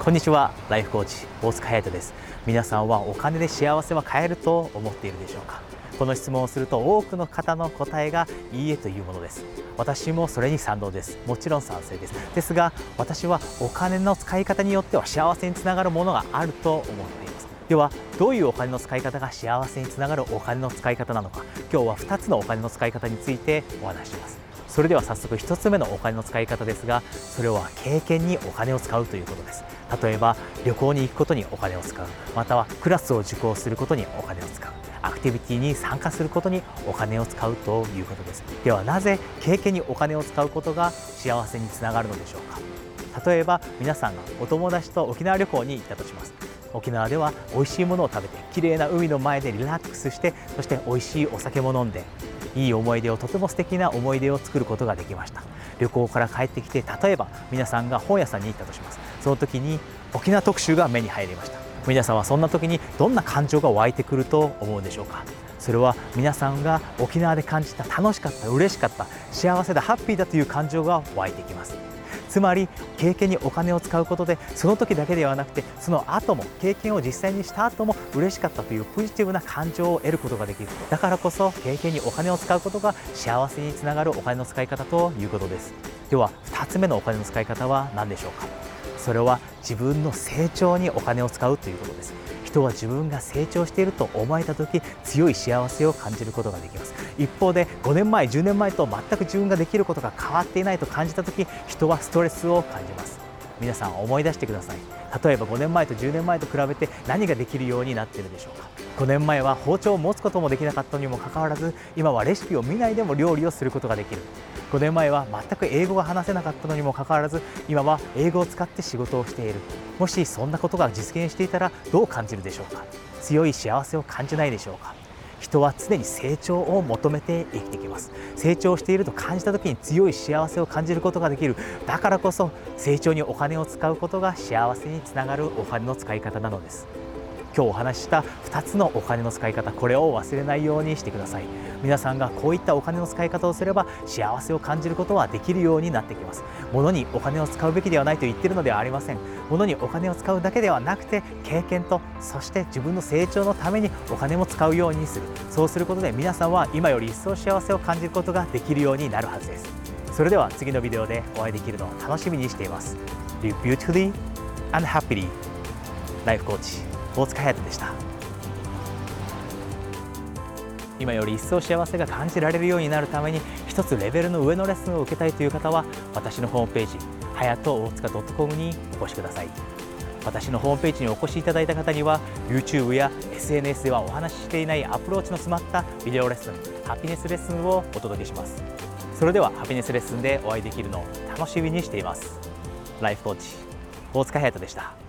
こんにちは、ライフコーチ大塚隼人です。皆さんはお金で幸せは買えると思っているでしょうか。この質問をすると多くの方の答えがいいえというものです。私もそれに賛同です。もちろん賛成です。ですが私はお金の使い方によっては幸せにつながるものがあると思っています。ではどういうお金の使い方が幸せにつながるお金の使い方なのか、今日は2つのお金の使い方についてお話しします。それでは早速1つ目のお金の使い方ですが、それは経験にお金を使うということです。例えば旅行に行くことにお金を使う、またはクラスを受講することにお金を使う、アクティビティに参加することにお金を使うということです。ではなぜ経験にお金を使うことが幸せにつながるのでしょうか。例えば皆さんがお友達と沖縄旅行に行ったとします。沖縄では美味しいものを食べて、綺麗な海の前でリラックスして、そして美味しいお酒も飲んで、いい思い出を、とても素敵な思い出を作ることができました。旅行から帰ってきて、例えば皆さんが本屋さんに行ったとします。その時に沖縄特集が目に入りました。皆さんはそんな時にどんな感情が湧いてくると思うでしょうか。それは皆さんが沖縄で感じた楽しかった、嬉しかった、幸せだ、ハッピーだという感情が湧いてきます。つまり経験にお金を使うことで、その時だけではなくてその後も、経験を実際にした後も嬉しかったというポジティブな感情を得ることができる。だからこそ経験にお金を使うことが幸せにつながるお金の使い方ということです。では2つ目のお金の使い方は何でしょうか。それは自分の成長にお金を使うということです。人は自分が成長していると思えた時、強い幸せを感じることができます。一方で5年前10年前と全く自分ができることが変わっていないと感じた時、人はストレスを感じます。皆さん思い出してください。例えば5年前と10年前と比べて何ができるようになっているでしょうか。5年前は包丁を持つこともできなかったにもかかわらず、今はレシピを見ないでも料理をすることができる。5年前は全く英語が話せなかったのにもかかわらず、今は英語を使って仕事をしている。もしそんなことが実現していたらどう感じるでしょうか。強い幸せを感じないでしょうか。人は常に成長を求めて生きてきます。成長していると感じた時に強い幸せを感じることができる。だからこそ成長にお金を使うことが幸せにつながるお金の使い方なのです。今日お話しした2つのお金の使い方、これを忘れないようにしてください。皆さんがこういったお金の使い方をすれば幸せを感じることはできるようになってきます。物にお金を使うべきではないと言っているのではありません。物にお金を使うだけではなくて、経験と、そして自分の成長のためにお金も使うようにする。そうすることで皆さんは今より一層幸せを感じることができるようになるはずです。それでは次のビデオでお会いできるのを楽しみにしています。Live beautifully and happily。 ライフコーチ大塚隼人でした。今より一層幸せが感じられるようになるために、一つレベルの上のレッスンを受けたいという方は、私のホームページはやと大塚 .com にお越しください。私のホームページにお越しいただいた方には YouTube や SNS ではお話ししていないアプローチの詰まったビデオレッスン、ハピネスレッスンをお届けします。それではハピネスレッスンでお会いできるのを楽しみにしています。ライフコーチ大塚隼人でした。